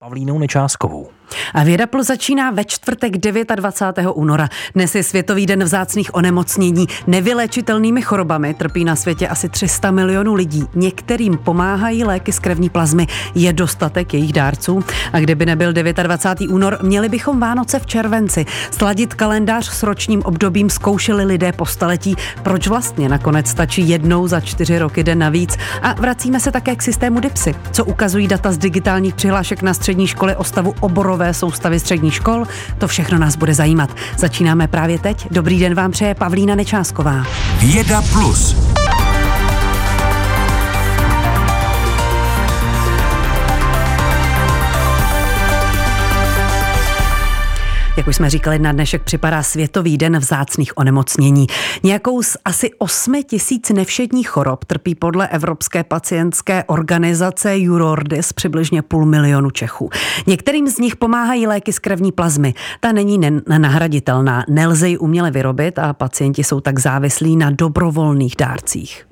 Pavlínou Nečáskovou. A Věda Plus začíná ve čtvrtek 29. února. Dnes je Světový den vzácných onemocnění. Nevyléčitelnými chorobami trpí na světě asi 300 milionů lidí. Některým pomáhají léky z krevní plazmy. Je dostatek jejich dárců. A kdyby nebyl 29. únor, měli bychom Vánoce v červenci. Sladit kalendář s ročním obdobím zkoušeli lidé po staletí. Proč vlastně nakonec stačí jednou za 4 roky den navíc? A vracíme se také k systému DIPSY. Co ukazují data z digitálních přihlášek na střední školy o stavu oborové soustavy středních škol? To všechno nás bude zajímat. Začínáme právě teď. Dobrý den vám přeje Pavlína Nečásková. Věda Plus. Jak už jsme říkali, na dnešek připadá Světový den vzácných onemocnění. Nějakou z asi 8 000 nevšedních chorob trpí podle Evropské pacientské organizace Eurordis přibližně 500 000 Čechů. Některým z nich pomáhají léky z krevní plazmy. Ta není nenahraditelná, nelze ji uměle vyrobit a pacienti jsou tak závislí na dobrovolných dárcích.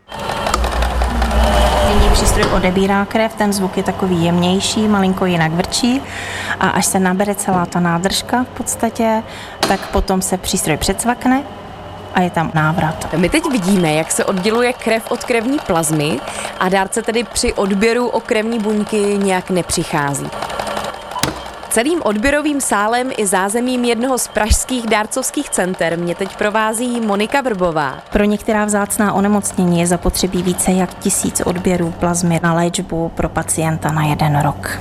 Přístroj odebírá krev, ten zvuk je takový jemnější, malinko jinak vrčí a až se nabere celá ta nádržka v podstatě, tak potom se přístroj předsvakne a je tam návrat. My teď vidíme, jak se odděluje krev od krevní plazmy a dárce tedy při odběru o krevní buňky nějak nepřichází. Celým odběrovým sálem i zázemím jednoho z pražských dárcovských center mě teď provází Monika Vrbová. Pro některá vzácná onemocnění je zapotřebí více jak 1000 odběrů plazmy na léčbu pro pacienta na 1 rok.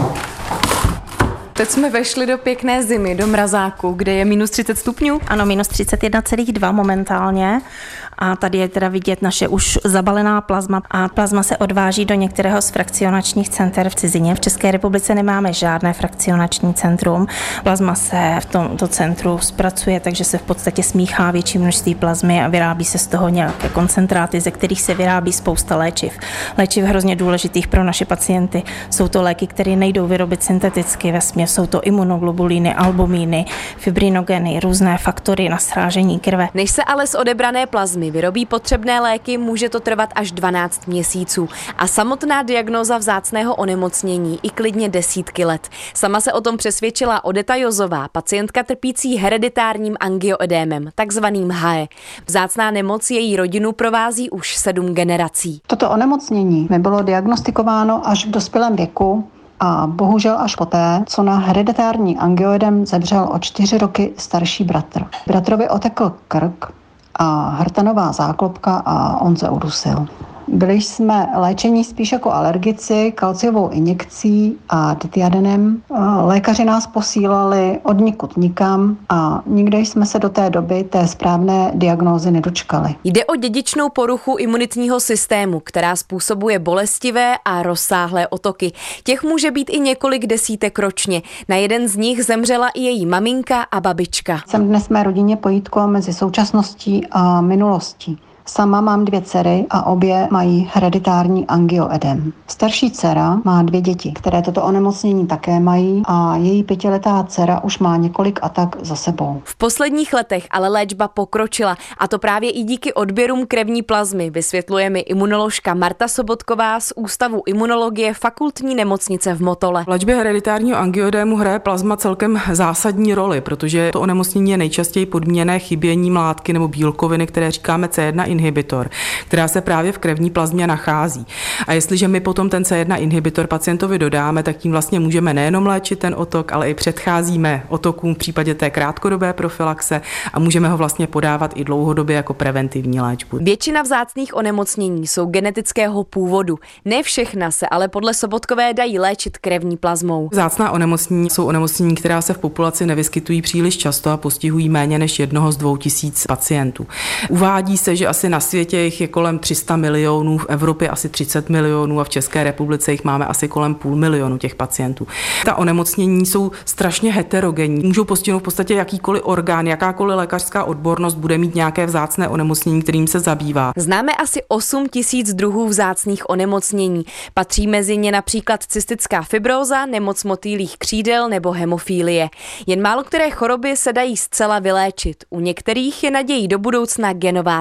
Teď jsme vešli do pěkné zimy, do mrazáku, kde je minus 30 stupňů. Ano, minus 31,2 momentálně. A tady je teda vidět naše už zabalená plazma. A plazma se odváží do některého z frakcionačních center v cizině. V České republice nemáme žádné frakcionační centrum. Plazma se v tomto centru zpracuje, takže se v podstatě smíchá větší množství plazmy a vyrábí se z toho nějaké koncentráty, ze kterých se vyrábí spousta léčiv. Léčiv hrozně důležitých pro naše pacienty. Jsou to léky, které nejdou vyrobit synteticky vesměs. Jsou to imunoglobulíny, albumíny, fibrinogeny, různé faktory na srážení krve. Než se ale z odebrané plazmy vyrobí potřebné léky, může to trvat až 12 měsíců. A samotná diagnóza vzácného onemocnění i klidně desítky let. Sama se o tom přesvědčila Odeta Jozová, pacientka trpící hereditárním angioedémem, takzvaným HAE. Vzácná nemoc její rodinu provází už 7 generací. Toto onemocnění mi bylo diagnostikováno až v dospělém věku. A bohužel až poté, co na hereditární angioedem zemřel o 4 roky starší bratr. Bratrovi otekl krk a hrtanová záklopka a on se udusil. Byli jsme léčeni spíš jako alergici, kalciovou injekcí a ditiadenem. Lékaři nás posílali odnikud nikam a nikde jsme se do té doby té správné diagnózy nedočkali. Jde o dědičnou poruchu imunitního systému, která způsobuje bolestivé a rozsáhlé otoky. Těch může být i několik desítek ročně. Na jeden z nich zemřela i její maminka a babička. Jsem dnes mé rodině pojítko mezi současností a minulostí. Sama mám 2 dcery a obě mají hereditární angioedem. Starší dcera má 2 děti, které toto onemocnění také mají a její 5letá dcera už má několik atak za sebou. V posledních letech ale léčba pokročila a to právě i díky odběrům krevní plazmy, vysvětluje mi imunoložka Marta Sobotková z Ústavu imunologie Fakultní nemocnice v Motole. V léčbě hereditárního angioedému hraje plazma celkem zásadní roli, protože to onemocnění je nejčastěji podmíněné chyběním látky nebo bílkoviny, které říkáme C1 inhibitor, která se právě v krevní plazmě nachází. A jestliže my potom ten C1 inhibitor pacientovi dodáme, tak tím vlastně můžeme nejenom léčit ten otok, ale i předcházíme otokům v případě té krátkodobé profylaxe a můžeme ho vlastně podávat i dlouhodobě jako preventivní léčbu. Většina vzácných onemocnění jsou genetického původu. Ne všechna se ale podle Sobotkové dají léčit krevní plazmou. Vzácná onemocnění jsou onemocnění, která se v populaci nevyskytují příliš často a postihují méně než 1 z 2000 pacientů. Uvádí se, že asi na světě jich je kolem 300 milionů, v Evropě asi 30 milionů a v České republice jich máme asi kolem 500 000 těch pacientů. Ta onemocnění jsou strašně heterogenní. Můžou postihnout v podstatě jakýkoliv orgán, jakákoliv lékařská odbornost bude mít nějaké vzácné onemocnění, kterým se zabývá. Známe asi 8 000 druhů vzácných onemocnění. Patří mezi ně například cystická fibróza, nemoc motýlých křídel nebo hemofílie. Jen málo které choroby se dají zcela vyléčit. U některých je nadějí do budoucna genová terapie.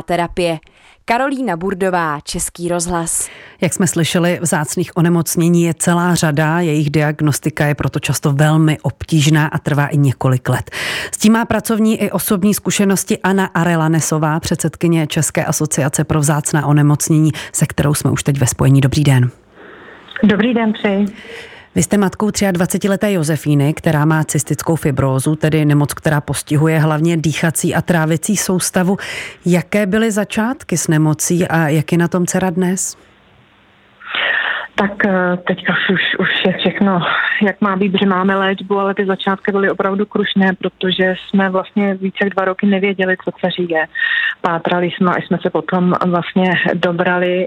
děje. Karolína Burdová, Český rozhlas. Jak jsme slyšeli, vzácných onemocnění je celá řada, jejich diagnostika je proto často velmi obtížná a trvá i několik let. S tím má pracovní i osobní zkušenosti Anna Arelanesová, předsedkyně České asociace pro vzácná onemocnění, se kterou jsme už teď ve spojení. Dobrý den. Dobrý den, přeji. Vy jste matkou 23leté Josefíny, která má cystickou fibrózu, tedy nemoc, která postihuje hlavně dýchací a trávicí soustavu. Jaké byly začátky s nemocí a jak je na tom dcera dnes? Tak teďka už je všechno, jak má být, že máme léčbu, ale ty začátky byly opravdu krušné, protože jsme vlastně více jak 2 roky nevěděli, co dceři je. Pátrali jsme, až jsme se potom vlastně dobrali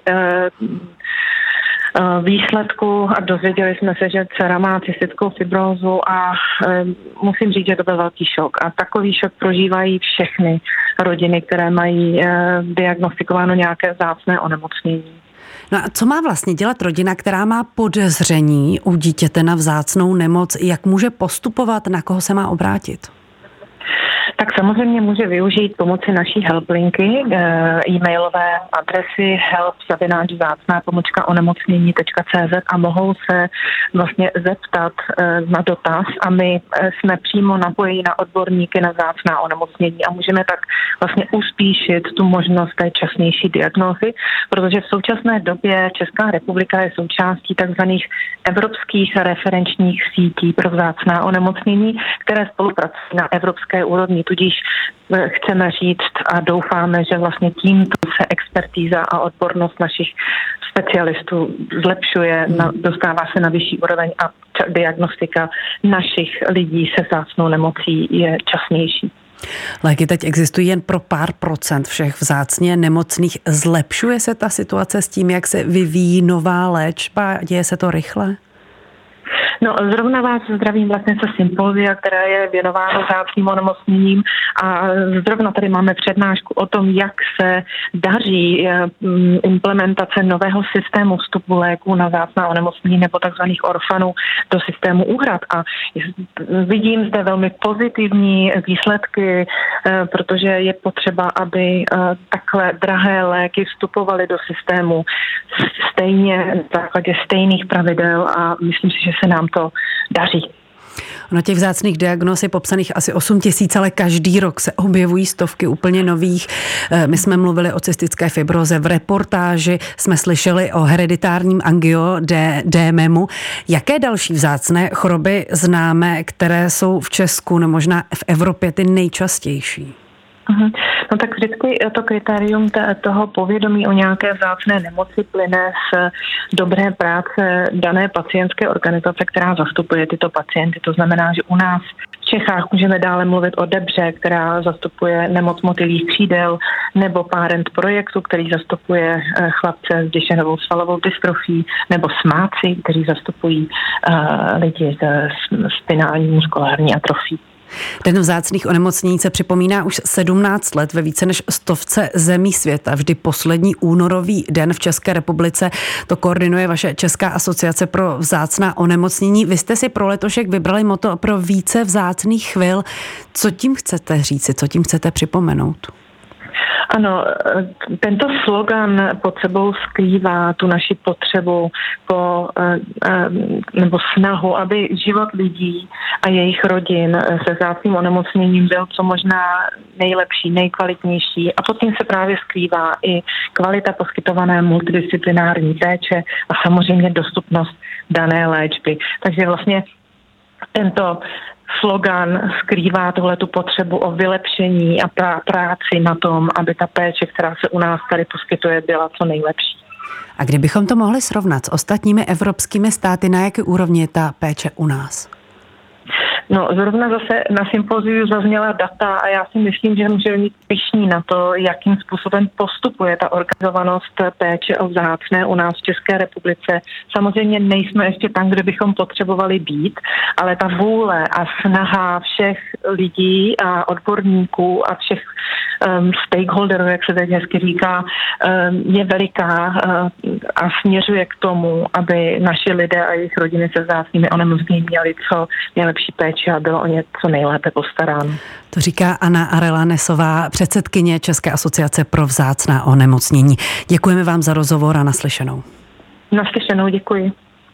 výsledku a dozvěděli jsme se, že dcera má cystickou fibrózu a musím říct, že to byl velký šok. A takový šok prožívají všechny rodiny, které mají diagnostikováno nějaké vzácné onemocnění. No a co má vlastně dělat rodina, která má podezření u dítěte na vzácnou nemoc? Jak může postupovat, na koho se má obrátit? Tak samozřejmě může využít pomoci naší helplinky, e-mailové adresy help@vzácná-onemocnění.cz a mohou se vlastně zeptat na dotaz a my jsme přímo napojeni na odborníky na vzácná onemocnění a můžeme tak vlastně uspíšit tu možnost té časnější diagnózy, protože v současné době Česká republika je součástí takzvaných evropských referenčních sítí pro vzácná onemocnění, které spolupracují na evropské úrovni. Tudíž chceme říct a doufáme, že vlastně tímto se expertíza a odbornost našich specialistů zlepšuje, dostává se na vyšší úroveň a diagnostika našich lidí se vzácnou nemocí je časnější. Léky teď existují jen pro pár procent všech vzácně nemocných. Zlepšuje se ta situace s tím, jak se vyvíjí nová léčba? Děje se to rychle? No, zrovna vás zdravím vlastně se sympózia, které je věnováno vzácným onemocněním a zrovna tady máme přednášku o tom, jak se daří implementace nového systému vstupu léků na vzácná onemocnění nebo takzvaných orfanů do systému úhrad. A vidím zde velmi pozitivní výsledky, protože je potřeba, aby takhle drahé léky vstupovaly do systému stejně na základě stejných pravidel a myslím si, že se nám to daří. Na těch vzácných diagnóz je popsaných asi 8 000, ale každý rok se objevují stovky úplně nových. My jsme mluvili o cystické fibroze, v reportáži jsme slyšeli o hereditárním angioedému. Jaké další vzácné choroby známe, které jsou v Česku nebo možná v Evropě ty nejčastější? No tak vždycky to kritérium toho povědomí o nějaké vzácné nemoci plyne z dobré práce dané pacientské organizace, která zastupuje tyto pacienty. To znamená, že u nás v Čechách můžeme dále mluvit o Debře, která zastupuje nemoc motylích křídel, nebo Parent projektu, který zastupuje chlapce s Duchennovou svalovou dystrofií, nebo Smáci, kteří zastupují lidi s spinální muskulární atrofií. Den vzácných onemocnění se připomíná už 17 let ve více než 100 zemí světa. Vždy poslední únorový den v České republice to koordinuje vaše Česká asociace pro vzácná onemocnění. Vy jste si pro letošek vybrali motto pro více vzácných chvil. Co tím chcete říci, co tím chcete připomenout? Ano, tento slogan pod sebou skrývá tu naši potřebu nebo snahu, aby život lidí a jejich rodin se vzácným onemocněním byl co možná nejlepší, nejkvalitnější a pod tím se právě skrývá i kvalita poskytované multidisciplinární péče a samozřejmě dostupnost dané léčby. Takže vlastně tento slogan skrývá tuhletu potřebu o vylepšení a práci na tom, aby ta péče, která se u nás tady poskytuje, byla co nejlepší. A kdybychom to mohli srovnat s ostatními evropskými státy, na jaké úrovni je ta péče u nás? No, zrovna zase na sympóziu zazněla data a já si myslím, že můžeme mít pyšní na to, jakým způsobem postupuje ta organizovanost péče o vzácné u nás v České republice. Samozřejmě nejsme ještě tam, kde bychom potřebovali být, ale ta vůle a snaha všech lidí a odborníků a všech stakeholderů, jak se teď hezky říká, je veliká a směřuje k tomu, aby naši lidé a jejich rodiny se vzácnými onemocněními měli co nejlepší péči péči a bylo o ně co nejlépe postaráno. To říká Anna Arela-Nesová, předsedkyně České asociace pro vzácná onemocnění. Děkujeme vám za rozhovor a naslyšenou. Naslyšenou, děkuji.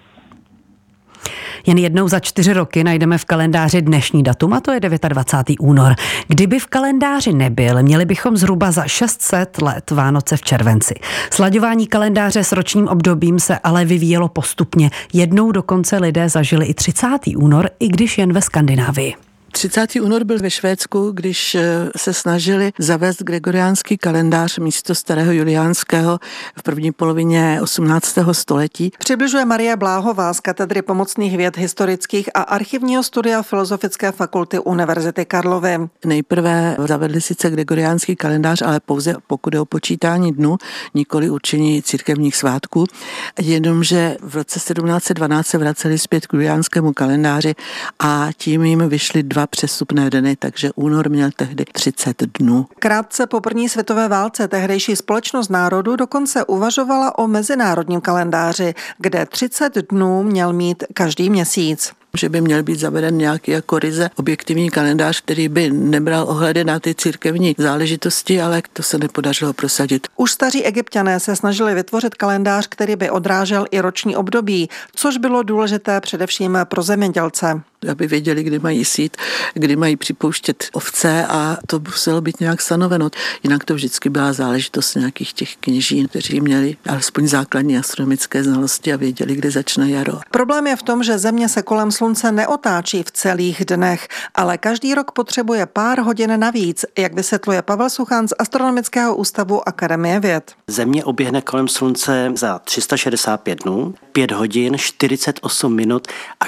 Jen jednou za 4 roky najdeme v kalendáři dnešní datum, a to je 29. únor. Kdyby v kalendáři nebyl, měli bychom zhruba za 600 let Vánoce v červenci. Slaďování kalendáře s ročním obdobím se ale vyvíjelo postupně. Jednou dokonce lidé zažili i 30. únor, i když jen ve Skandinávii. 30. únor byl ve Švédsku, když se snažili zavést gregoriánský kalendář místo starého juliánského v první polovině 18. století. Přibližuje Marie Bláhová z katedry pomocných věd historických a archivního studia Filozofické fakulty Univerzity Karlovy. Nejprve zavedli sice gregoriánský kalendář, ale pouze pokud je o počítání dnů, nikoli určení církevních svátků, jenomže v roce 1712 se vraceli zpět k juliánskému kalendáři a tím jim vyšly 2 přestupné dny, takže únor měl tehdy 30 dnů. Krátce po první světové válce tehdejší Společnost národů dokonce uvažovala o mezinárodním kalendáři, kde 30 dnů měl mít každý měsíc. Že by měl být zaveden nějaký jako ryze objektivní kalendář, který by nebral ohledy na ty církevní záležitosti, ale to se nepodařilo prosadit. Už staří Egypťané se snažili vytvořit kalendář, který by odrážel i roční období, což bylo důležité především pro zemědělce. Aby věděli, kdy mají sít, kdy mají připouštět ovce a to muselo být nějak stanoveno. Jinak to vždycky byla záležitost nějakých těch kněží, kteří měli alespoň základní astronomické znalosti a věděli, kdy začne jaro. Problém je v tom, že Země se kolem Slunce neotáčí v celých dnech, ale každý rok potřebuje pár hodin navíc, jak vysvětluje Pavel Suchan z Astronomického ústavu Akademie věd. Země oběhne kolem Slunce za 365 dnů, 5 hodin, 48 minut a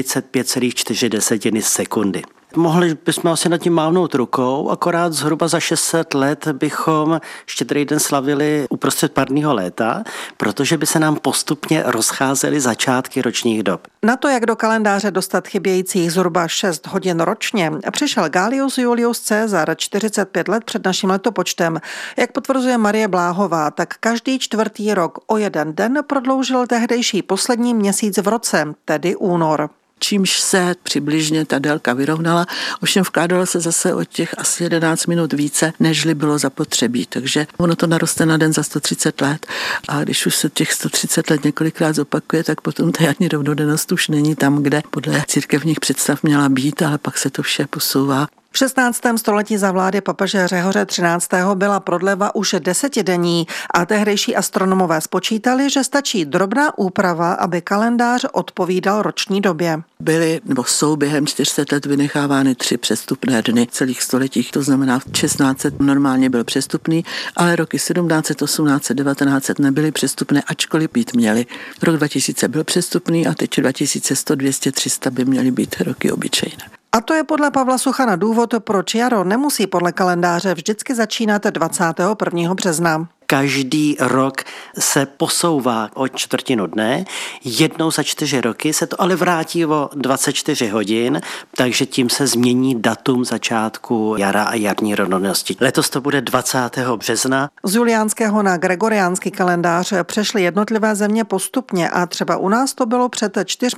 45,4 sekundy. Mohli bychom asi nad tím mávnout rukou, akorát zhruba za 600 let bychom Štědrý den slavili uprostřed parního léta, protože by se nám postupně rozcházely začátky ročních dob. Na to, jak do kalendáře dostat chybějících zhruba 6 hodin ročně, přišel Gaius Julius Caesar 45 let před naším letopočtem. Jak potvrzuje Marie Bláhová, tak každý 4. rok o 1 den prodloužil tehdejší poslední měsíc v roce, tedy únor. Čímž se přibližně ta délka vyrovnala, ovšem vkládalo se zase o těch asi 11 minut více, nežli bylo zapotřebí, takže ono to naroste na den za 130 let a když už se těch 130 let několikrát zopakuje, tak potom ta jarní rovnodennost už není tam, kde podle církevních představ měla být, ale pak se to vše posouvá. V 16. století za vlády papeže Řehoře 13. byla prodleva už 10denní a tehdejší astronomové spočítali, že stačí drobná úprava, aby kalendář odpovídal roční době. Byly nebo jsou během 400 let vynechávány 3 přestupné dny v celých stoletích, to znamená v 1600 normálně byl přestupný, ale roky 1700, 1800, 1900 nebyly přestupné, ačkoliv být měly. Rok 2000 byl přestupný a teď 2100, 200, 300 by měly být roky obyčejné. A to je podle Pavla Suchana důvod, proč jaro nemusí podle kalendáře vždycky začínat 21. března. Každý rok se posouvá o čtvrtinu dne, jednou za 4 roky se to ale vrátí o 24 hodin, takže tím se změní datum začátku jara a jarní rovnodennosti. Letos to bude 20. března. Z juliánského na gregoriánský kalendář přešly jednotlivé země postupně a třeba u nás to bylo před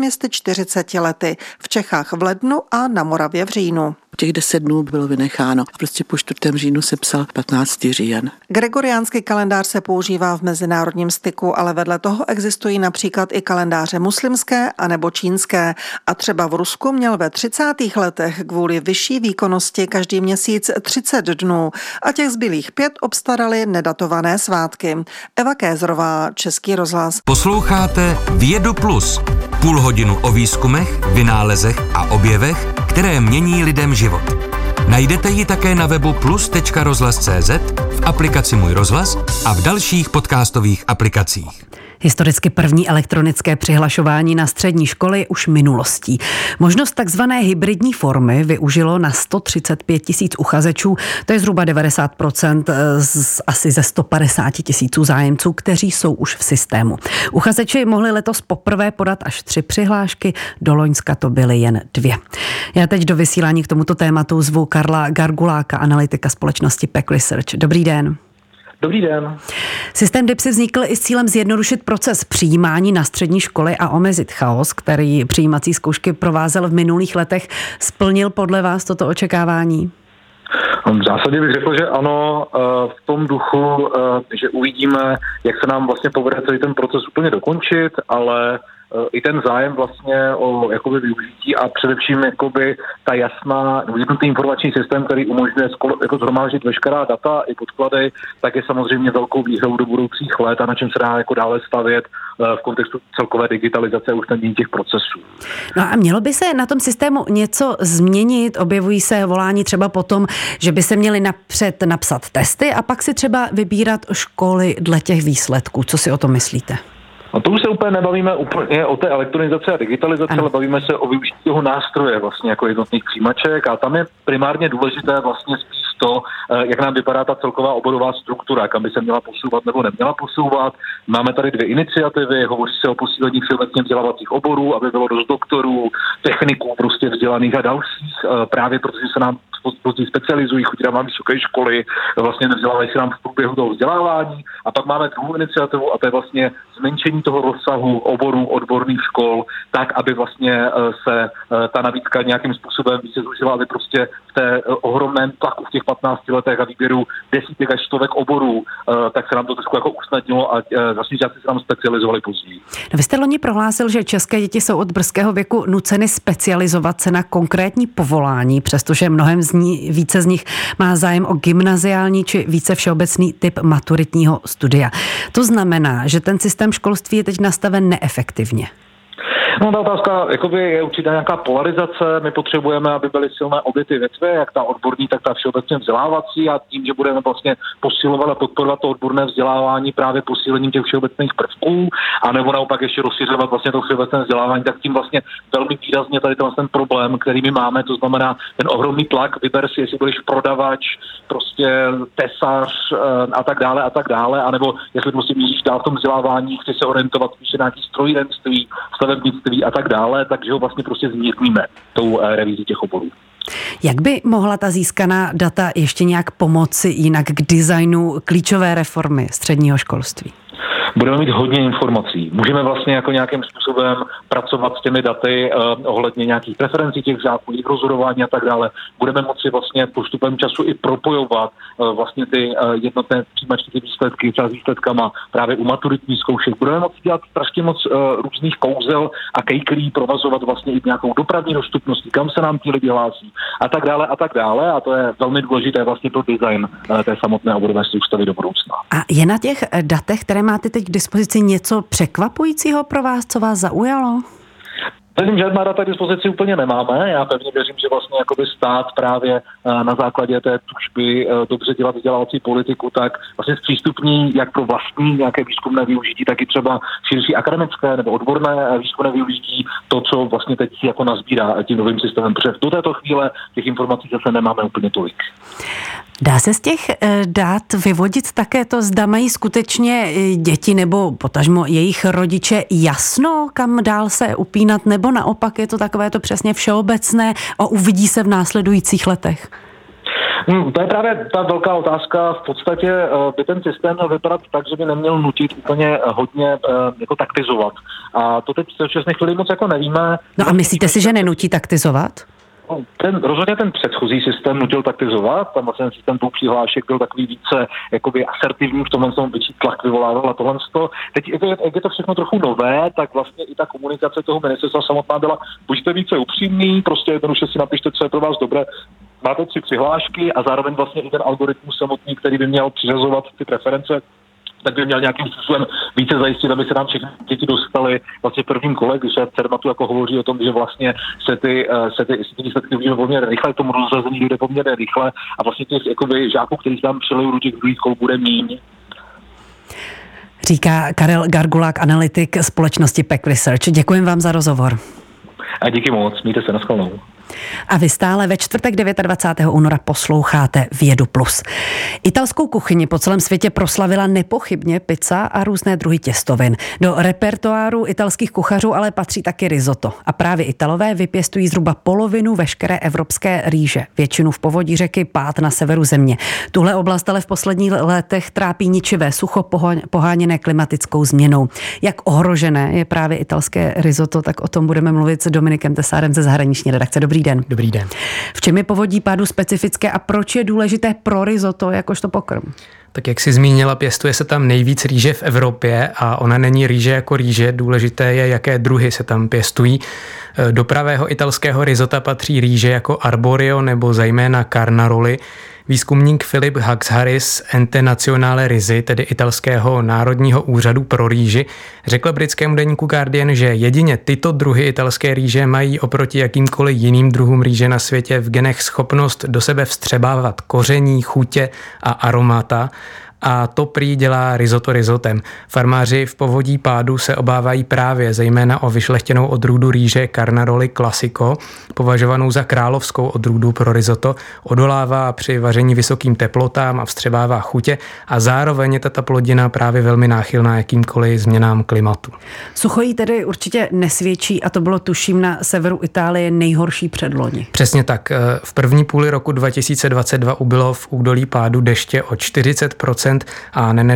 440 lety, v Čechách v lednu a na Moravě v říjnu. Těch 10 dnů bylo vynecháno. Prostě po 4. říjnu se psal 15. říjen. Gregoriánský kalendář se používá v mezinárodním styku, ale vedle toho existují například i kalendáře muslimské anebo čínské. A třeba v Rusku měl ve 30. letech kvůli vyšší výkonnosti každý měsíc 30 dnů a těch zbylých 5 obstarali nedatované svátky. Eva Kézrová, Český rozhlas. Posloucháte Vědu Plus. Půl hodinu o výzkumech, vynálezech a objevech, které mění lidem život. Najdete ji také na webu plus.rozhlas.cz, v aplikaci Můj rozhlas a v dalších podcastových aplikacích. Historicky první elektronické přihlašování na střední školy je už minulostí. Možnost takzvané hybridní formy využilo na 135 000 uchazečů, to je zhruba 90% asi ze 150 000 zájemců, kteří jsou už v systému. Uchazeči mohli letos poprvé podat až 3 přihlášky, do loňska to byly jen 2. Já teď do vysílání k tomuto tématu zvu Karla Garguláka, analytika společnosti PEC Research. Dobrý den. Dobrý den. Systém DIPSy vznikl i s cílem zjednodušit proces přijímání na střední školy a omezit chaos, který přijímací zkoušky provázel v minulých letech. Splnil podle vás toto očekávání? V zásadě bych řekl, že ano, v tom duchu, že uvidíme, jak se nám vlastně povede celý ten proces úplně dokončit, ale i ten zájem vlastně o jakoby využití a především jakoby ta jasná, jednotný informační systém, který umožňuje jako zhromáždit veškerá data i podklady, tak je samozřejmě velkou výhrou do budoucích let a na čem se dá jako dále stavět v kontextu celkové digitalizace a usnadnění těch procesů. No a mělo by se na tom systému něco změnit? Objevují se volání třeba potom, že by se měly napřed napsat testy a pak si třeba vybírat školy dle těch výsledků. Co si o tom myslíte? No to už se úplně nebavíme úplně o té elektronizaci a digitalizaci, ale bavíme se o využití toho nástroje vlastně jako jednotných přijímaček a tam je primárně důležité vlastně spíš to, jak nám vypadá ta celková oborová struktura, kam by se měla posouvat nebo neměla posouvat. Máme tady 2 iniciativy, hovoří se o posílení všeobecně vzdělávacích oborů, aby bylo dost doktorů, techniků prostě vzdělaných a dalších, právě protože se nám později specializují, chodí nám vysoké školy, vlastně nevzdělávají se nám v průběhu toho vzdělávání. A pak máme druhou iniciativu a to je vlastně zmenšení toho rozsahu oborů odborných škol, tak, aby vlastně se ta nabídka nějakým způsobem více zúžila, aby prostě v té ohromném tlaku v těch 15 letech a výběru desítek až stovek oborů, tak se nám to trošku jako usnadnilo a vlastně žáci se nám specializovali později. No, vy jste loni prohlásil, že české děti jsou od brzkého věku nuceny specializovat se na konkrétní povolání, přestože mnohem více z nich má zájem o gymnaziální či více všeobecný typ maturitního studia. To znamená, že ten systém školství je teď nastaven neefektivně. No ta otázka jakoby je určitá nějaká polarizace. My potřebujeme, aby byly silné obě ty větve, jak ta odborní, tak ta všeobecně vzdělávací a tím, že budeme vlastně posilovat a podporovat to odborné vzdělávání právě posílením těch všeobecných prvků, a nebo naopak ještě rozšiřovat vlastně to všeobecné vzdělávání, tak tím vlastně velmi výrazně tady ten problém, který my máme, to znamená ten ohromný tlak, vyber si, jestli budeš prodavač, prostě tesař a tak dále, anebo jestli prostě můžeš dál v tom vzdělávání, chci se orientovat spíše na nějaký strojírenství, stavebnictví a tak dále, takže ho vlastně prostě zmírníme tou revizí těch oborů. Jak by mohla ta získaná data ještě nějak pomoci jinak k designu klíčové reformy středního školství? Budeme mít hodně informací. Můžeme vlastně jako nějakým způsobem pracovat s těmi daty ohledně nějakých preferencí těch žáků, jejich rozhodování a tak dále. Budeme moci vlastně postupem času i propojovat vlastně ty jednotné přijímačky, ty výsledky třeba s výsledkama právě u maturitních zkoušek. Budeme moci dělat strašně moc různých kouzel a kejklí, provazovat vlastně i nějakou dopravní dostupností, kam se nám ti lidi hlásí a tak dále a tak dále. A to je velmi důležité vlastně pro design té samotné oborové soustavy do budoucna. A je na těch datech, které máte teď k dispozici, něco překvapujícího pro vás, co vás zaujalo? Zatím žádná data k dispozici úplně nemáme. Já pevně věřím, že vlastně jakoby stát právě na základě té tužby dobře dělat vzdělávací politiku, tak vlastně zpřístupní jak pro vlastní nějaké výzkumné využití, tak i třeba širší akademické nebo odborné výzkumné využití, to, co vlastně teď jako nazbírá tím novým systémem. Protože do této chvíle těch informací zase nemáme úplně tolik. Dá se z těch dat vyvodit také to, zda mají skutečně děti nebo potažmo jejich rodiče jasno, kam dál se upínat, nebo naopak je to takové to přesně všeobecné a uvidí se v následujících letech? To je právě ta velká otázka. V podstatě by ten systém měl vypadat tak, že by neměl nutit úplně hodně jako taktizovat. A to teď v současné chvíli moc jako nevíme. No a myslíte si, že nenutí taktizovat? Rozhodně ten předchozí systém nutil taktizovat, tam vlastně systém tou přihlášek byl takový více jakoby asertivní, v tomhle tom větší tlak vyvolával a tohle. Teď, jak je to všechno trochu nové, tak vlastně i ta komunikace toho ministerstva samotná byla, buďte více upřímný, prostě jednoduše si napište, co je pro vás dobré. Máte 3 přihlášky a zároveň vlastně i ten algoritmus samotný, který by měl přiřazovat ty preference, tak by měl nějakým způsobem více zajistit, aby se nám všechny děti dostaly vlastně v prvním kole, když se Cermatu jako hovoří o tom, že vlastně se ty výsledky vidíme poměrně rychle, k tomu rozřazení jde poměrně rychle a vlastně těch jakoby žáků, kteří se tam přilejou do těch druhých kol, bude míň. Říká Karel Gargulák, analytik společnosti PEC Research. Děkuji vám za rozhovor. A díky moc, mějte se, na shledanou. A vy stále ve čtvrtek 29. února posloucháte Vědu Plus. Italskou kuchyni po celém světě proslavila nepochybně pizza a různé druhy těstovin. Do repertoáru italských kuchařů ale patří taky risotto. A právě Italové vypěstují zhruba polovinu veškeré evropské rýže. Většinu v povodí řeky Pát na severu země. Tuhle oblast ale v posledních letech trápí ničivé sucho poháněné klimatickou změnou. Jak ohrožené je právě italské risotto, tak o tom budeme mluvit s Dominikem Tesárem ze zahraniční redakce. Dobrý den. Dobrý den. V čem je povodí Pádu specifické a proč je důležité pro risotto jakožto pokrm? Tak jak jsi zmínila, pěstuje se tam nejvíc rýže v Evropě a ona není rýže jako rýže, důležité je, jaké druhy se tam pěstují. Do pravého italského risota patří rýže jako arborio nebo zejména carnaroli. Výzkumník Filip Haxharis z Ente Nazionale Risi, tedy italského národního úřadu pro rýži, řekl britskému deníku Guardian, že jedině tyto druhy italské rýže mají oproti jakýmkoliv jiným druhům rýže na světě v genech schopnost do sebe vstřebávat koření, chutě a aromata. A to prý dělá risotto risotem. Farmáři v povodí Pádu se obávají právě zejména o vyšlechtěnou odrůdu rýže Carnaroli Classico, považovanou za královskou odrůdu pro risotto, odolává při vaření vysokým teplotám a vstřebává chutě a zároveň je tato plodina právě velmi náchylná jakýmkoliv změnám klimatu. Sucho jí tedy určitě nesvědčí a to bylo tuším na severu Itálie nejhorší předloni. Přesně tak. V první půli roku 2022 ubylo v údolí Pádu deště o 40% a na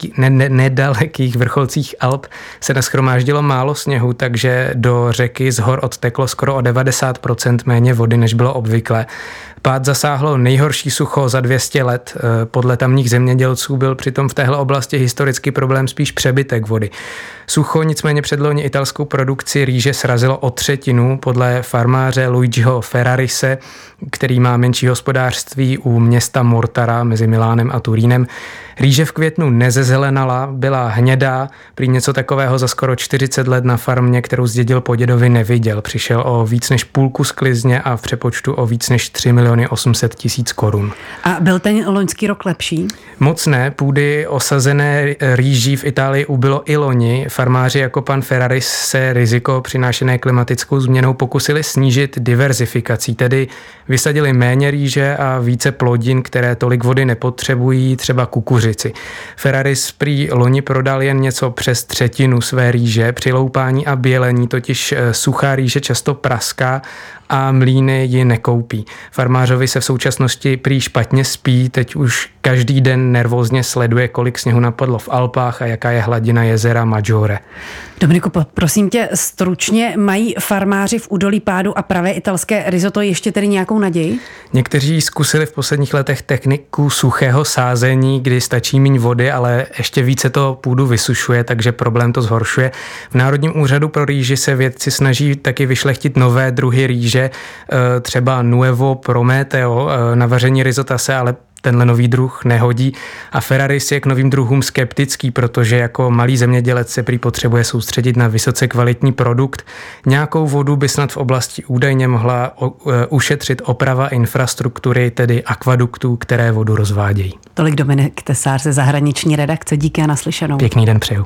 nedalekých vrcholcích Alp se nashromáždilo málo sněhu, takže do řeky z hor odteklo skoro o 90% méně vody, než bylo obvyklé. Pád zasáhlo nejhorší sucho za 200 let. Podle tamních zemědělců byl přitom v téhle oblasti historický problém spíš přebytek vody. Sucho nicméně předloni italskou produkci rýže srazilo o 1/3 podle farmáře Luigiho Ferrarise, který má menší hospodářství u města Mortara mezi Milánem a Turínem. Rýže v květnu nezezelenala, byla hnědá, prý něco takového za skoro 40 let na farmě, kterou zdědil po dědovi, neviděl. Přišel o víc než půlku sklizně a v přepočtu o víc než 3 800 000 korun. A byl ten loňský rok lepší? Moc ne, půdy osazené rýží v Itálii ubylo i loni. Farmáři jako pan Ferraris se riziko přinášené klimatickou změnou pokusili snížit diverzifikací, tedy vysadili méně rýže a více plodin, které tolik vody nepotřebují, třeba kukuřici. Ferraris prý loni prodal jen něco přes 1/3 své rýže, při loupání a bělení totiž suchá rýže často praská a mlýny ji nekoupí. Farmářovi se v současnosti prý špatně spí, teď už každý den nervózně sleduje, kolik sněhu napadlo v Alpách a jaká je hladina jezera Maggiore. Dominiku, prosím tě, stručně, mají farmáři v údolí Pádu a pravé italské risotto ještě tedy nějakou naději? Někteří zkusili v posledních letech techniku suchého sázení, kdy stačí míň vody, ale ještě více to půdu vysušuje, takže problém to zhoršuje. V Národním úřadu pro rýži se vědci snaží taky vyšlechtit nové druhy rýže, třeba Nuevo Prometeo. Na vaření risota se ale tenhle nový druh nehodí a Ferraris je k novým druhům skeptický, protože jako malý zemědělec se prý potřebuje soustředit na vysoce kvalitní produkt. Nějakou vodu by snad v oblasti údajně mohla ušetřit oprava infrastruktury, tedy akvaduktů, které vodu rozvádějí. Tolik Dominik Tesář ze zahraniční redakce. Díky a naslyšenou. Pěkný den přeju.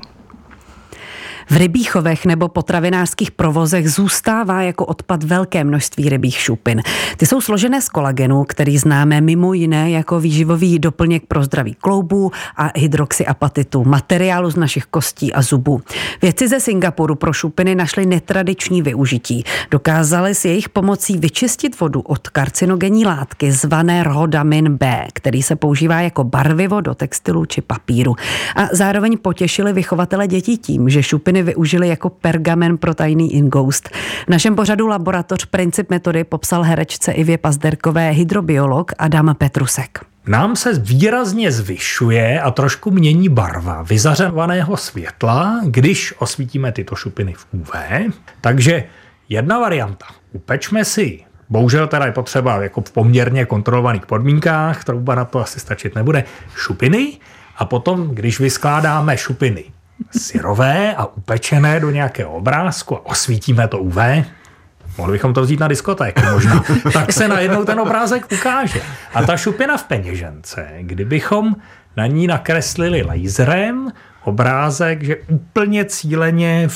V rybích chovech nebo potravinářských provozech zůstává jako odpad velké množství rybích šupin. Ty jsou složené z kolagenu, který známe mimo jiné jako výživový doplněk pro zdraví kloubů a hydroxyapatitu, materiálu z našich kostí a zubů. Vědci ze Singapuru pro šupiny našli netradiční využití. Dokázali s jejich pomocí vyčistit vodu od karcinogenní látky zvané rhodamin B, který se používá jako barvivo do textilu či papíru. A zároveň potěšili vychovatele dětí tím, že šupiny využili jako pergamen pro tajný ingoust. V našem pořadu Laboratoř princip metody popsal herečce Ivě Pazderkové hydrobiolog Adam Petrusek. Nám se výrazně zvyšuje a trošku mění barva vyzařovaného světla, když osvítíme tyto šupiny v UV. Takže jedna varianta. Upečme si, bohužel teda je potřeba jako v poměrně kontrolovaných podmínkách, trouba na to asi stačit nebude, šupiny a potom, když vyskládáme šupiny syrové a upečené do nějakého obrázku a osvítíme to UV, mohli bychom to vzít na diskotéku možná, tak se najednou ten obrázek ukáže. A ta šupina v peněžence, kdybychom na ní nakreslili laserem obrázek, že úplně cíleně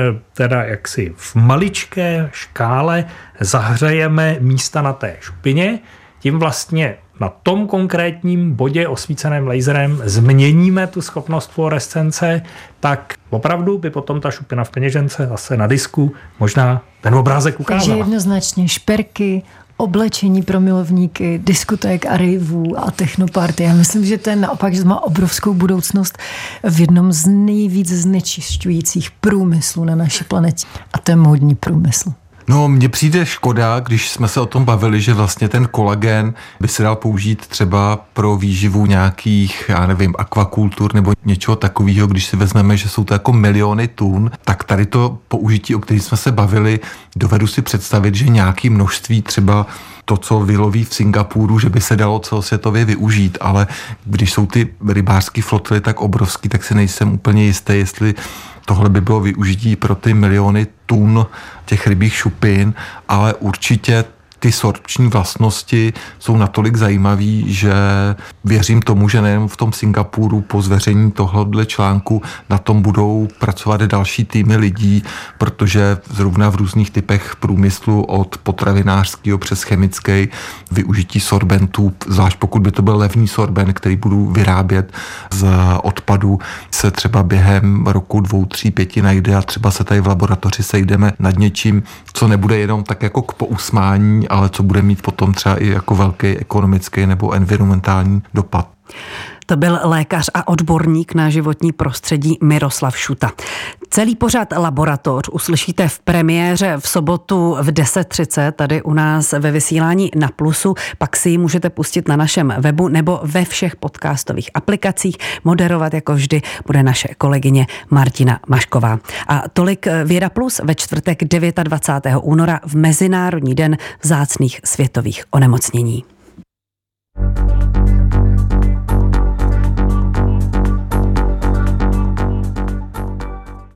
v maličké škále zahřejeme místa na té šupině, tím vlastně na tom konkrétním bodě osvíceném laserem změníme tu schopnost fluorescence, tak opravdu by potom ta šupina v peněžence zase na disku možná ten obrázek ukázala. Takže jednoznačně šperky, oblečení pro milovníky, diskoték a raveů a technoparty. Já myslím, že ten naopak má obrovskou budoucnost v jednom z nejvíc znečišťujících průmyslů na naší planetě. A to je módní průmysl. No, mně přijde škoda, když jsme se o tom bavili, že vlastně ten kolagen by se dal použít třeba pro výživu nějakých, já nevím, akvakultur nebo něčeho takového, když si vezmeme, že jsou to jako miliony tun, tak tady to použití, o kterém jsme se bavili, dovedu si představit, že nějaké množství třeba to, co vyloví v Singapuru, že by se dalo celosvětově využít, ale když jsou ty rybářské flotily tak obrovský, tak si nejsem úplně jistý, jestli tohle by bylo využití pro ty miliony tun těch rybích šupin, ale určitě ty sorpční vlastnosti jsou natolik zajímavý, že věřím tomu, že nejen v tom Singapuru po zveřejnění tohohle článku na tom budou pracovat další týmy lidí, protože zrovna v různých typech průmyslu od potravinářského přes chemický využití sorbentů, zvlášť pokud by to byl levný sorbent, který budu vyrábět z odpadu, se třeba během roku 2, 3, 5 najde a třeba se tady v laboratoři sejdeme nad něčím, co nebude jenom tak jako k pousmání, ale co bude mít potom třeba i jako velký ekonomický nebo environmentální dopad. To byl lékař a odborník na životní prostředí Miroslav Šuta. Celý pořad Laboratoř uslyšíte v premiéře v sobotu v 10:30 tady u nás ve vysílání Na Plusu. Pak si ji můžete pustit na našem webu nebo ve všech podcastových aplikacích. Moderovat jako vždy bude naše kolegyně Martina Mašková. A tolik Věda Plus ve čtvrtek 29. února v Mezinárodní den vzácných světových onemocnění.